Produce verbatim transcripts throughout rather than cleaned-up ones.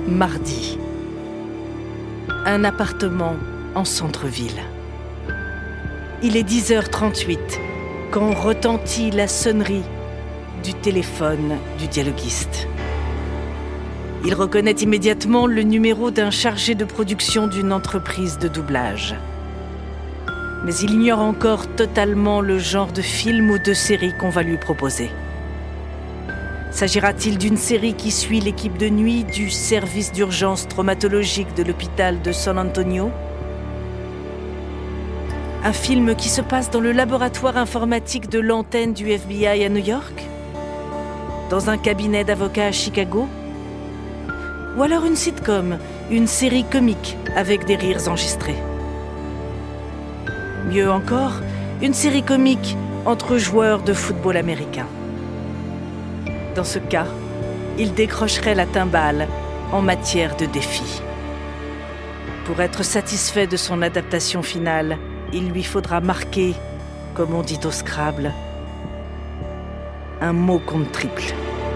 Mardi. Un appartement en centre-ville. Il est dix heures trente-huit quand retentit la sonnerie du téléphone du dialoguiste. Il reconnaît immédiatement le numéro d'un chargé de production d'une entreprise de doublage. Mais il ignore encore totalement le genre de film ou de série qu'on va lui proposer. S'agira-t-il d'une série qui suit l'équipe de nuit du service d'urgence traumatologique de l'hôpital de San Antonio ? Un film qui se passe dans le laboratoire informatique de l'antenne du F B I à New York ? Dans un cabinet d'avocats à Chicago ? Ou alors une sitcom, une série comique avec des rires enregistrés ? Mieux encore, une série comique entre joueurs de football américain. Dans ce cas, il décrocherait la timbale en matière de défi. Pour être satisfait de son adaptation finale, il lui faudra marquer, comme on dit au Scrabble, un mot compte triple.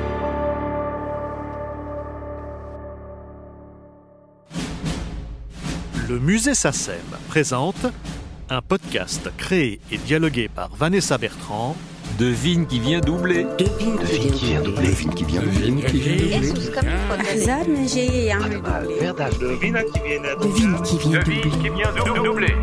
Le Musée SACEM présente un podcast créé et dialogué par Vanessa Bertrand. Devine qui vient doubler. Devine qui vient doubler. Devine qui vient doubler. Devine qui vient doubler. Devine qui vient doubler.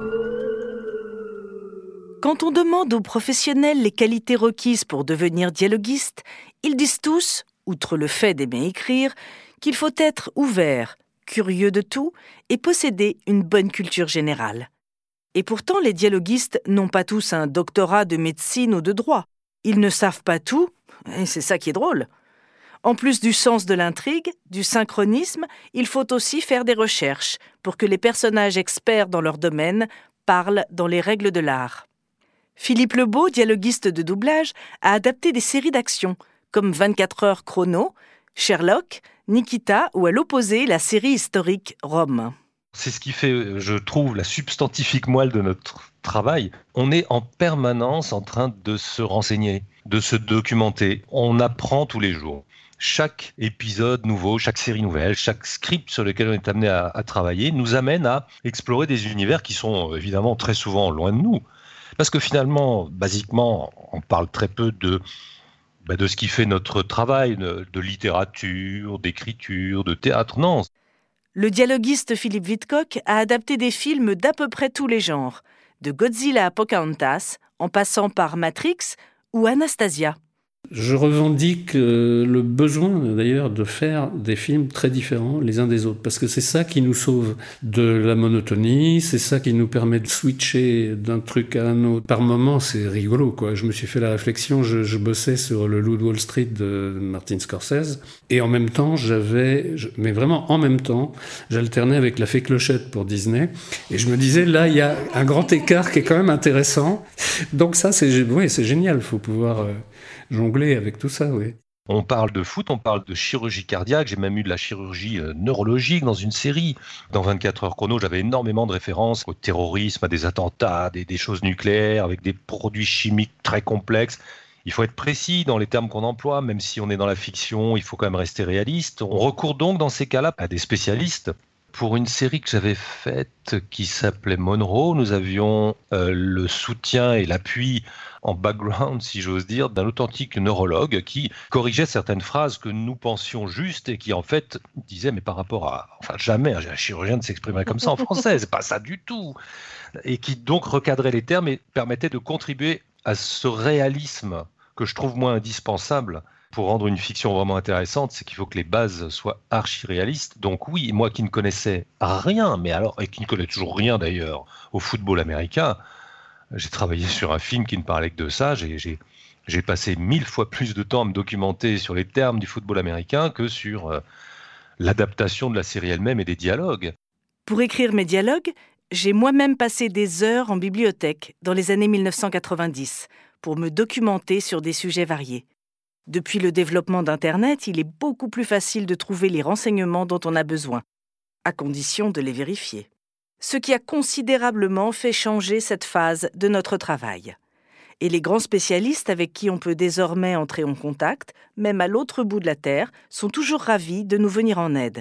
Quand on demande aux professionnels les qualités requises pour devenir dialoguiste, ils disent tous, outre le fait d'aimer écrire, qu'il faut être ouvert, curieux de tout et posséder une bonne culture générale. Et pourtant, les dialoguistes n'ont pas tous un doctorat de médecine ou de droit. Ils ne savent pas tout, et c'est ça qui est drôle. En plus du sens de l'intrigue, du synchronisme, il faut aussi faire des recherches pour que les personnages experts dans leur domaine parlent dans les règles de l'art. Philippe Lebeau, dialoguiste de doublage, a adapté des séries d'action, comme vingt-quatre heures chrono, Sherlock, Nikita ou à l'opposé, la série historique Rome. C'est ce qui fait, je trouve, la substantifique moelle de notre travail. On est en permanence en train de se renseigner, de se documenter. On apprend tous les jours. Chaque épisode nouveau, chaque série nouvelle, chaque script sur lequel on est amené à, à travailler nous amène à explorer des univers qui sont évidemment très souvent loin de nous. Parce que finalement, basiquement, on parle très peu de, bah, de ce qui fait notre travail, de, de littérature, d'écriture, de théâtre. Non. Le dialoguiste Philippe Vidcock a adapté des films d'à peu près tous les genres, de Godzilla à Pocahontas, en passant par Matrix ou Anastasia. Je revendique euh, le besoin d'ailleurs de faire des films très différents les uns des autres, parce que c'est ça qui nous sauve de la monotonie, c'est ça qui nous permet de switcher d'un truc à un autre. Par moments, c'est rigolo, quoi. Je me suis fait la réflexion, je, je bossais sur le Loup de Wall Street de Martin Scorsese, et en même temps, j'avais, je, mais vraiment en même temps, j'alternais avec La Fée Clochette pour Disney, et je me disais, là, il y a un grand écart qui est quand même intéressant. Donc ça, c'est, ouais, c'est génial, il faut pouvoir euh, jongler avec tout ça, oui. On parle de foot, on parle de chirurgie cardiaque, j'ai même eu de la chirurgie euh, neurologique dans une série. Dans vingt-quatre heures chrono, j'avais énormément de références au terrorisme, à des attentats, des, des choses nucléaires, avec des produits chimiques très complexes. Il faut être précis dans les termes qu'on emploie, même si on est dans la fiction, il faut quand même rester réaliste. On recourt donc dans ces cas-là à des spécialistes. Pour une série que j'avais faite qui s'appelait Monroe, nous avions euh, le soutien et l'appui en background, si j'ose dire, d'un authentique neurologue qui corrigeait certaines phrases que nous pensions justes et qui en fait disait mais par rapport à... Enfin jamais un chirurgien ne s'exprimerait comme ça en français, c'est pas ça du tout. Et qui donc recadrait les termes et permettait de contribuer à ce réalisme que je trouve moins indispensable pour rendre une fiction vraiment intéressante, c'est qu'il faut que les bases soient archi-réalistes. Donc oui, moi qui ne connaissais rien, mais alors, et qui ne connais toujours rien d'ailleurs au football américain, j'ai travaillé sur un film qui ne parlait que de ça. J'ai, j'ai, j'ai passé mille fois plus de temps à me documenter sur les termes du football américain que sur euh, l'adaptation de la série elle-même et des dialogues. Pour écrire mes dialogues, j'ai moi-même passé des heures en bibliothèque dans les années mille neuf cent quatre-vingt-dix pour me documenter sur des sujets variés. Depuis le développement d'Internet, il est beaucoup plus facile de trouver les renseignements dont on a besoin, à condition de les vérifier. Ce qui a considérablement fait changer cette phase de notre travail. Et les grands spécialistes avec qui on peut désormais entrer en contact, même à l'autre bout de la Terre, sont toujours ravis de nous venir en aide.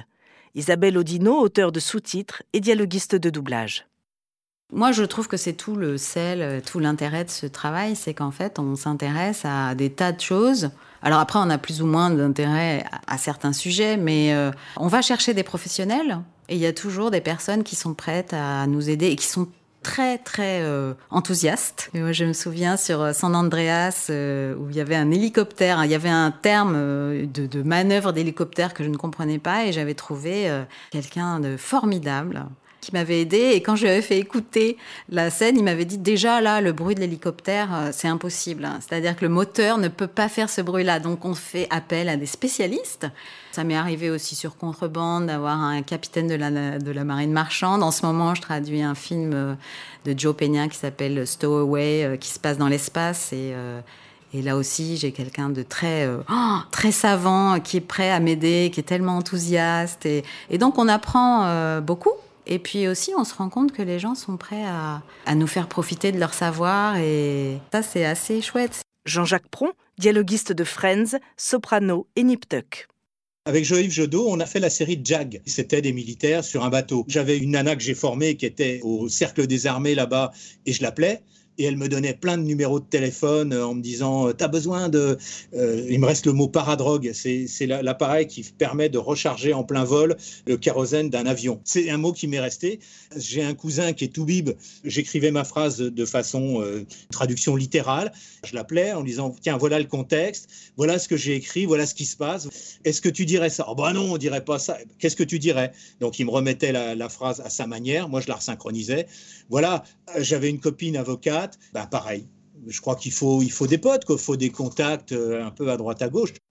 Isabelle Audinot, auteure de sous-titres et dialoguiste de doublage. Moi, je trouve que c'est tout le sel, tout l'intérêt de ce travail, c'est qu'en fait, on s'intéresse à des tas de choses. Alors après, on a plus ou moins d'intérêt à certains sujets, mais euh, on va chercher des professionnels et il y a toujours des personnes qui sont prêtes à nous aider et qui sont très, très euh, enthousiastes. Et moi, je me souviens sur San Andreas, euh, où il y avait un hélicoptère, il y avait un terme euh, de, de manœuvre d'hélicoptère que je ne comprenais pas et j'avais trouvé euh, quelqu'un de formidable qui m'avait aidée. Et quand je lui avais fait écouter la scène, il m'avait dit déjà là, le bruit de l'hélicoptère, c'est impossible. C'est-à-dire que le moteur ne peut pas faire ce bruit-là. Donc on fait appel à des spécialistes. Ça m'est arrivé aussi sur Contrebande d'avoir un capitaine de la, de la marine marchande. En ce moment, je traduis un film de Joe Peña qui s'appelle Stowaway, qui se passe dans l'espace. Et, euh, et là aussi, j'ai quelqu'un de très, euh, oh, très savant, qui est prêt à m'aider, qui est tellement enthousiaste. Et, et donc on apprend euh, beaucoup. Et puis aussi, on se rend compte que les gens sont prêts à, à nous faire profiter de leur savoir et ça, c'est assez chouette. Jean-Jacques Pron, dialoguiste de Friends, Soprano et Nip Tuck. Avec Joël Jodot, on a fait la série Jag. C'était des militaires sur un bateau. J'avais une nana que j'ai formée qui était au Cercle des Armées là-bas et je l'appelais. Et elle me donnait plein de numéros de téléphone en me disant « T'as besoin de… Euh, » il me reste le mot paradrogue. C'est, c'est l'appareil qui permet de recharger en plein vol le kérosène d'un avion. C'est un mot qui m'est resté. J'ai un cousin qui est toubib. J'écrivais ma phrase de façon euh, traduction littérale. Je l'appelais en disant « Tiens, voilà le contexte. Voilà ce que j'ai écrit. Voilà ce qui se passe. Est-ce que tu dirais ça ?»« Oh bah non, on dirait pas ça. Qu'est-ce que tu dirais ?» Donc il me remettait la, la phrase à sa manière. Moi, je la resynchronisais. Voilà, j'avais une copine avocate. Ben pareil, je crois qu'il faut, il faut des potes, qu'il faut des contacts un peu à droite à gauche.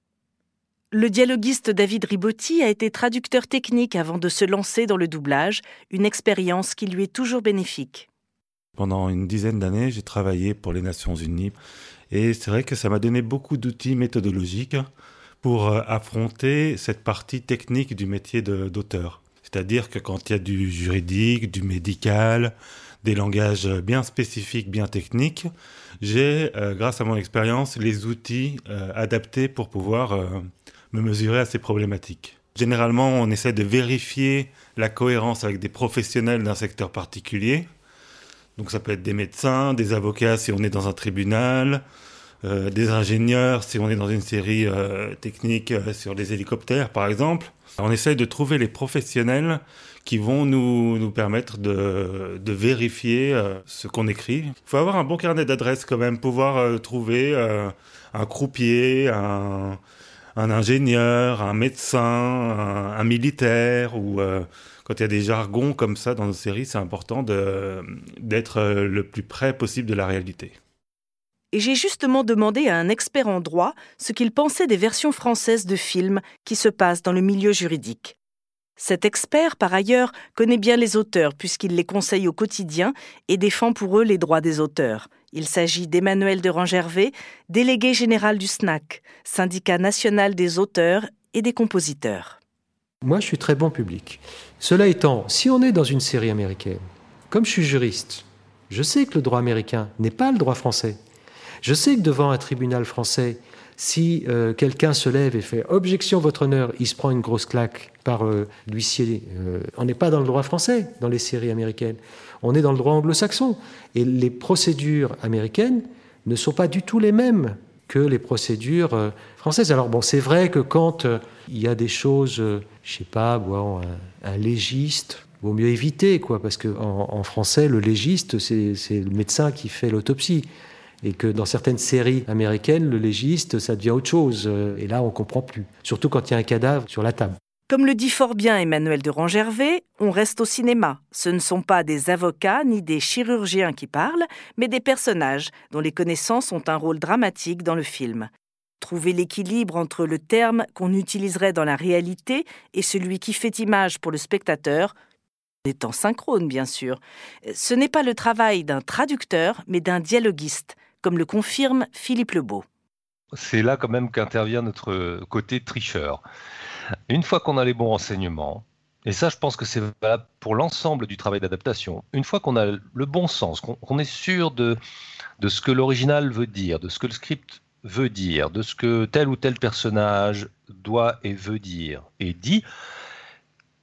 Le dialoguiste David Ribotti a été traducteur technique avant de se lancer dans le doublage, une expérience qui lui est toujours bénéfique. Pendant une dizaine d'années, j'ai travaillé pour les Nations Unies et c'est vrai que ça m'a donné beaucoup d'outils méthodologiques pour affronter cette partie technique du métier de, d'auteur. C'est-à-dire que quand il y a du juridique, du médical, des langages bien spécifiques, bien techniques, j'ai, euh, grâce à mon expérience, les outils euh, adaptés pour pouvoir euh, me mesurer à ces problématiques. Généralement, on essaie de vérifier la cohérence avec des professionnels d'un secteur particulier. Donc ça peut être des médecins, des avocats si on est dans un tribunal, euh, des ingénieurs si on est dans une série euh, technique euh, sur les hélicoptères, par exemple. On essaye de trouver les professionnels qui vont nous, nous permettre de, de vérifier euh, ce qu'on écrit. Il faut avoir un bon carnet d'adresses quand même, pouvoir euh, trouver euh, un croupier, un, un ingénieur, un médecin, un, un militaire, ou euh, quand il y a des jargons comme ça dans nos séries, c'est important de, d'être le plus près possible de la réalité. Et j'ai justement demandé à un expert en droit ce qu'il pensait des versions françaises de films qui se passent dans le milieu juridique. Cet expert, par ailleurs, connaît bien les auteurs puisqu'il les conseille au quotidien et défend pour eux les droits des auteurs. Il s'agit d'Emmanuel de Rangervais, délégué général du S N A C, syndicat national des auteurs et des compositeurs. Moi, je suis très bon public. Cela étant, si on est dans une série américaine, comme je suis juriste, je sais que le droit américain n'est pas le droit français. Je sais que devant un tribunal français, si euh, quelqu'un se lève et fait « Objection, votre honneur », il se prend une grosse claque par euh, l'huissier. Euh, on n'est pas dans le droit français, dans les séries américaines. On est dans le droit anglo-saxon. Et les procédures américaines ne sont pas du tout les mêmes que les procédures euh, françaises. Alors bon, c'est vrai que quand euh, il y a des choses, euh, je sais pas, bon, un, un légiste, vaut mieux éviter, quoi, parce qu'en en français, le légiste, c'est, c'est le médecin qui fait l'autopsie. Et que dans certaines séries américaines, le légiste, ça devient autre chose. Et là, on ne comprend plus. Surtout quand il y a un cadavre sur la table. Comme le dit fort bien Emmanuel de Rangervais, on reste au cinéma. Ce ne sont pas des avocats ni des chirurgiens qui parlent, mais des personnages dont les connaissances ont un rôle dramatique dans le film. Trouver l'équilibre entre le terme qu'on utiliserait dans la réalité et celui qui fait image pour le spectateur, étant synchrone bien sûr, ce n'est pas le travail d'un traducteur, mais d'un dialoguiste, comme le confirme Philippe Lebeau. C'est là quand même qu'intervient notre côté tricheur. Une fois qu'on a les bons renseignements, et ça je pense que c'est valable pour l'ensemble du travail d'adaptation, une fois qu'on a le bon sens, qu'on, qu'on est sûr de, de ce que l'original veut dire, de ce que le script veut dire, de ce que tel ou tel personnage doit et veut dire, et dit,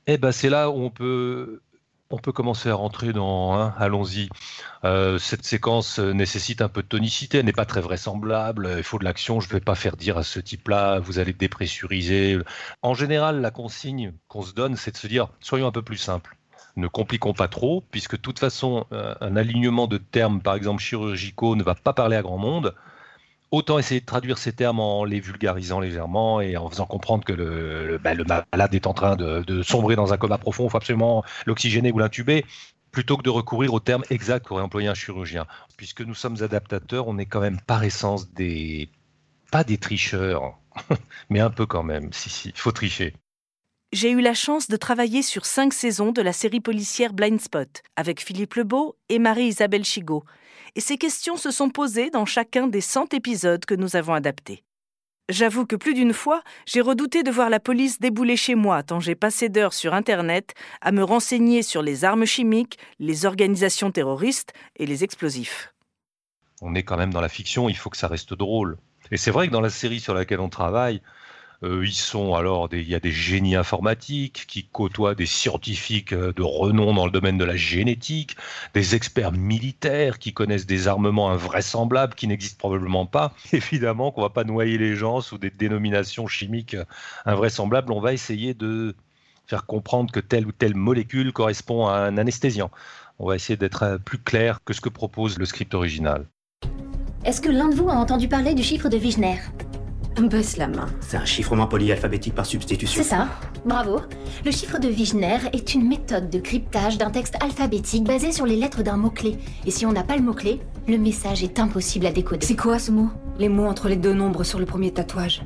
Eh ben, c'est là où on peut, on peut commencer à rentrer dans, hein, allons-y. Euh, cette séquence nécessite un peu de tonicité, elle n'est pas très vraisemblable, il faut de l'action, je ne vais pas faire dire à ce type-là, vous allez dépressuriser. En général, la consigne qu'on se donne, c'est de se dire, soyons un peu plus simples. Ne compliquons pas trop, puisque de toute façon, un alignement de termes, par exemple chirurgicaux, ne va pas parler à grand monde. Autant essayer de traduire ces termes en les vulgarisant légèrement et en faisant comprendre que le, le, ben, le malade est en train de, de sombrer dans un coma profond, il faut absolument l'oxygéner ou l'intuber, plutôt que de recourir aux termes exacts qu'aurait employé un chirurgien. Puisque nous sommes adaptateurs, on n'est quand même par essence des... pas des tricheurs, mais un peu quand même, si, si, il faut tricher. J'ai eu la chance de travailler sur cinq saisons de la série policière Blindspot, avec Philippe Lebeau et Marie-Isabelle Chigot. Et ces questions se sont posées dans chacun des cent épisodes que nous avons adaptés. J'avoue que plus d'une fois, j'ai redouté de voir la police débouler chez moi tant j'ai passé d'heures sur Internet à me renseigner sur les armes chimiques, les organisations terroristes et les explosifs. On est quand même dans la fiction, il faut que ça reste drôle. Et c'est vrai que dans la série sur laquelle on travaille, Euh, ils sont alors des, il y a des génies informatiques qui côtoient des scientifiques de renom dans le domaine de la génétique, des experts militaires qui connaissent des armements invraisemblables qui n'existent probablement pas. Évidemment qu'on ne va pas noyer les gens sous des dénominations chimiques invraisemblables. On va essayer de faire comprendre que telle ou telle molécule correspond à un anesthésiant. On va essayer d'être plus clair que ce que propose le script original. Est-ce que l'un de vous a entendu parler du chiffre de Wigner ? Baisse la main. C'est un chiffrement polyalphabétique par substitution. C'est ça, bravo. Le chiffre de Wigner est une méthode de cryptage d'un texte alphabétique basé sur les lettres d'un mot-clé. Et si on n'a pas le mot-clé, le message est impossible à décoder. C'est quoi ce mot ? Les mots entre les deux nombres sur le premier tatouage.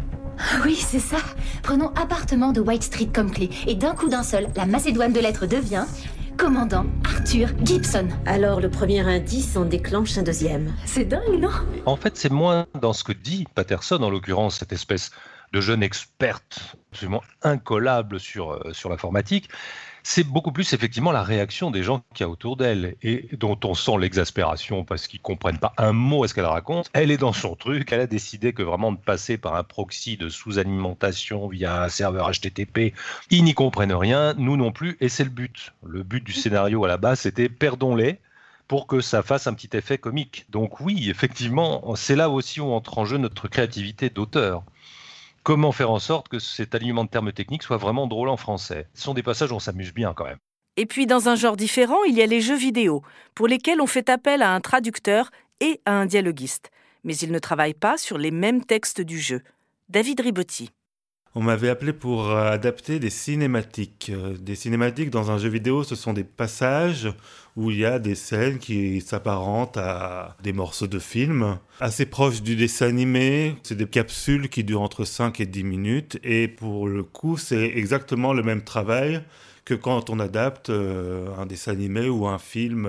Oui, c'est ça. Prenons appartement de White Street comme clé. Et d'un coup d'un seul, la macédoine de lettres devient... Commandant Arthur Gibson. Alors le premier indice en déclenche un deuxième. C'est dingue, non ? En fait, c'est moins dans ce que dit Patterson, en l'occurrence, cette espèce de jeune experte absolument incollable sur, euh, sur l'informatique. C'est beaucoup plus effectivement la réaction des gens qu'il y a autour d'elle et dont on sent l'exaspération parce qu'ils ne comprennent pas un mot à ce qu'elle raconte. Elle est dans son truc, elle a décidé que vraiment de passer par un proxy de sous-alimentation via un serveur H T T P, ils n'y comprennent rien, nous non plus, et c'est le but. Le but du scénario à la base, c'était perdons-les pour que ça fasse un petit effet comique. Donc oui, effectivement, c'est là aussi où entre en jeu notre créativité d'auteur. Comment faire en sorte que cet alignement de termes techniques soit vraiment drôle en français ? Ce sont des passages où on s'amuse bien quand même. Et puis dans un genre différent, il y a les jeux vidéo, pour lesquels on fait appel à un traducteur et à un dialoguiste. Mais ils ne travaillent pas sur les mêmes textes du jeu. David Ribotti. On m'avait appelé pour adapter des cinématiques. Des cinématiques dans un jeu vidéo, ce sont des passages où il y a des scènes qui s'apparentent à des morceaux de film, assez proches du dessin animé. C'est des capsules qui durent entre cinq et dix minutes. Et pour le coup, c'est exactement le même travail que quand on adapte un dessin animé ou un film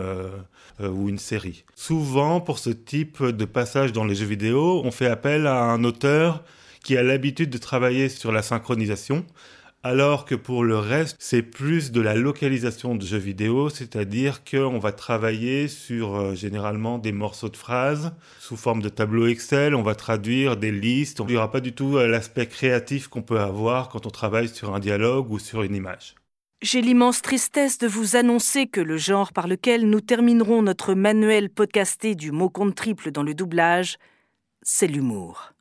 ou une série. Souvent, pour ce type de passage dans les jeux vidéo, on fait appel à un auteur qui a l'habitude de travailler sur la synchronisation, alors que pour le reste, c'est plus de la localisation de jeux vidéo, c'est-à-dire qu'on va travailler sur euh, généralement des morceaux de phrases sous forme de tableau Excel, on va traduire des listes, il n'y aura pas du tout euh, l'aspect créatif qu'on peut avoir quand on travaille sur un dialogue ou sur une image. J'ai l'immense tristesse de vous annoncer que le genre par lequel nous terminerons notre manuel podcasté du mot compte triple dans le doublage, c'est l'humour.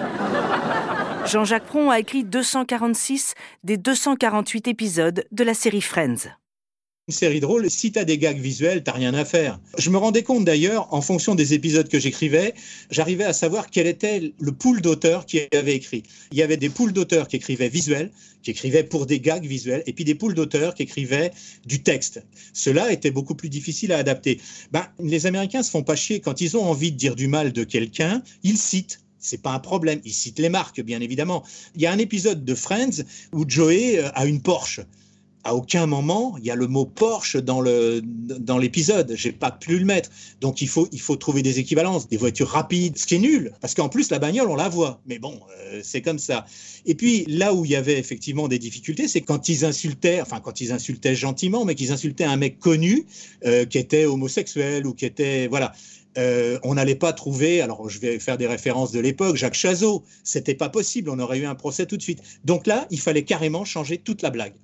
Jean-Jacques Pron a écrit deux cent quarante-six des deux cent quarante-huit épisodes de la série Friends. Une série drôle, si t'as des gags visuels, t'as rien à faire. Je me rendais compte d'ailleurs, en fonction des épisodes que j'écrivais, j'arrivais à savoir quel était le pool d'auteurs qui avait écrit. Il y avait des pools d'auteurs qui écrivaient visuels, qui écrivaient pour des gags visuels, et puis des pools d'auteurs qui écrivaient du texte. Cela était beaucoup plus difficile à adapter. Ben, les Américains se font pas chier. Quand ils ont envie de dire du mal de quelqu'un, ils citent. C'est pas un problème. Ils citent les marques, bien évidemment. Il y a un épisode de Friends où Joey a une Porsche. À aucun moment, il y a le mot Porsche dans, le, dans l'épisode. J'ai pas pu le mettre. Donc, il faut, il faut trouver des équivalences, des voitures rapides, ce qui est nul. Parce qu'en plus, la bagnole, on la voit. Mais bon, euh, c'est comme ça. Et puis, là où il y avait effectivement des difficultés, c'est quand ils insultaient, enfin, quand ils insultaient gentiment, mais qu'ils insultaient un mec connu euh, qui était homosexuel ou qui était, voilà. Euh, on n'allait pas trouver, alors je vais faire des références de l'époque, Jacques Chazot. C'était pas possible. On aurait eu un procès tout de suite. Donc là, il fallait carrément changer toute la blague.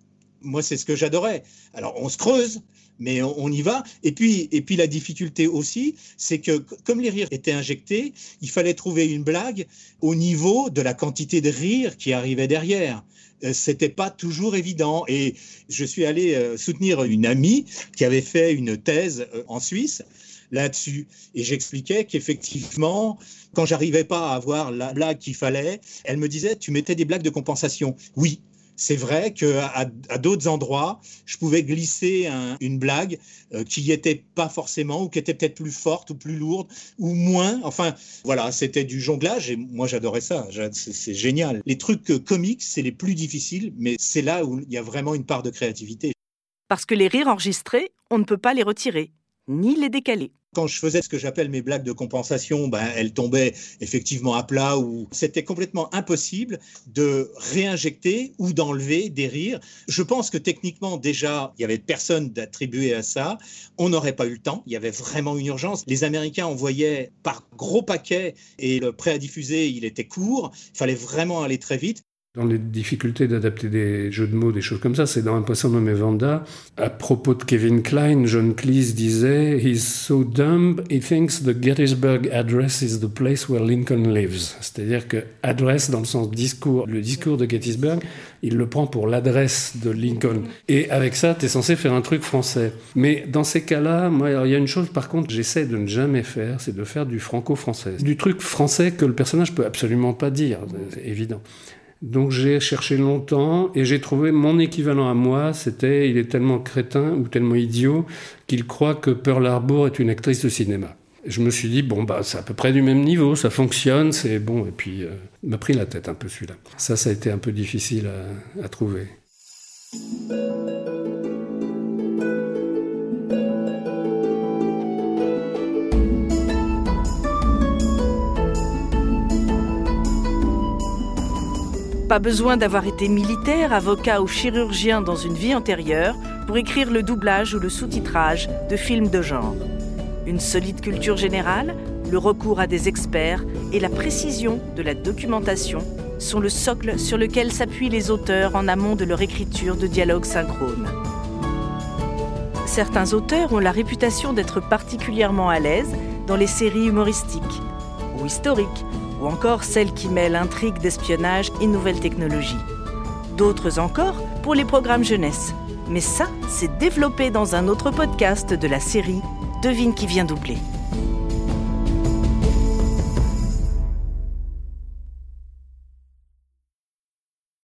Moi, c'est ce que j'adorais. Alors, on se creuse, mais on, on y va. Et puis, et puis, la difficulté aussi, c'est que comme les rires étaient injectés, il fallait trouver une blague au niveau de la quantité de rires qui arrivait derrière. Euh, c'était pas toujours évident. Et je suis allé euh, soutenir une amie qui avait fait une thèse euh, en Suisse là-dessus. Et j'expliquais qu'effectivement, quand j'arrivais pas à avoir la blague qu'il fallait, elle me disait, tu mettais des blagues de compensation. Oui. C'est vrai qu'à à, à d'autres endroits, je pouvais glisser un, une blague euh, qui n'y était pas forcément, ou qui était peut-être plus forte ou plus lourde, ou moins. Enfin, voilà, c'était du jonglage et moi j'adorais ça, c'est, c'est génial. Les trucs euh, comiques, c'est les plus difficiles, mais c'est là où il y a vraiment une part de créativité. Parce que les rires enregistrés, on ne peut pas les retirer, ni les décaler. Quand je faisais ce que j'appelle mes blagues de compensation, ben, elles tombaient effectivement à plat, ou c'était complètement impossible de réinjecter ou d'enlever des rires. Je pense que techniquement, déjà, il n'y avait personne d'attribué à ça. On n'aurait pas eu le temps. Il y avait vraiment une urgence. Les Américains envoyaient par gros paquets et le prêt à diffuser, il était court. Il fallait vraiment aller très vite. Dans les difficultés d'adapter des jeux de mots, des choses comme ça, c'est dans Un poisson nommé Vanda. À propos de Kevin Kline, John Cleese disait « He's so dumb, he thinks the Gettysburg Address is the place where Lincoln lives ». C'est-à-dire que address dans le sens discours, le discours de Gettysburg, il le prend pour l'adresse de Lincoln. Et avec ça, t'es censé faire un truc français. Mais dans ces cas-là, moi, il y a une chose par contre, j'essaie de ne jamais faire, c'est de faire du franco-français. Du truc français que le personnage peut absolument pas dire, c'est évident. Donc j'ai cherché longtemps et j'ai trouvé mon équivalent à moi, c'était il est tellement crétin ou tellement idiot qu'il croit que Pearl Harbor est une actrice de cinéma. Je me suis dit, bon, bah, c'est à peu près du même niveau, ça fonctionne, c'est bon. Et puis, euh, il m'a pris la tête un peu celui-là. Ça, ça a été un peu difficile à, à trouver. Pas besoin d'avoir été militaire, avocat ou chirurgien dans une vie antérieure pour écrire le doublage ou le sous-titrage de films de genre. Une solide culture générale, le recours à des experts et la précision de la documentation sont le socle sur lequel s'appuient les auteurs en amont de leur écriture de dialogues synchrones. Certains auteurs ont la réputation d'être particulièrement à l'aise dans les séries humoristiques ou historiques, ou encore celles qui mêlent intrigue d'espionnage et nouvelles technologies. D'autres encore pour les programmes jeunesse. Mais ça, c'est développé dans un autre podcast de la série Devine qui vient doubler.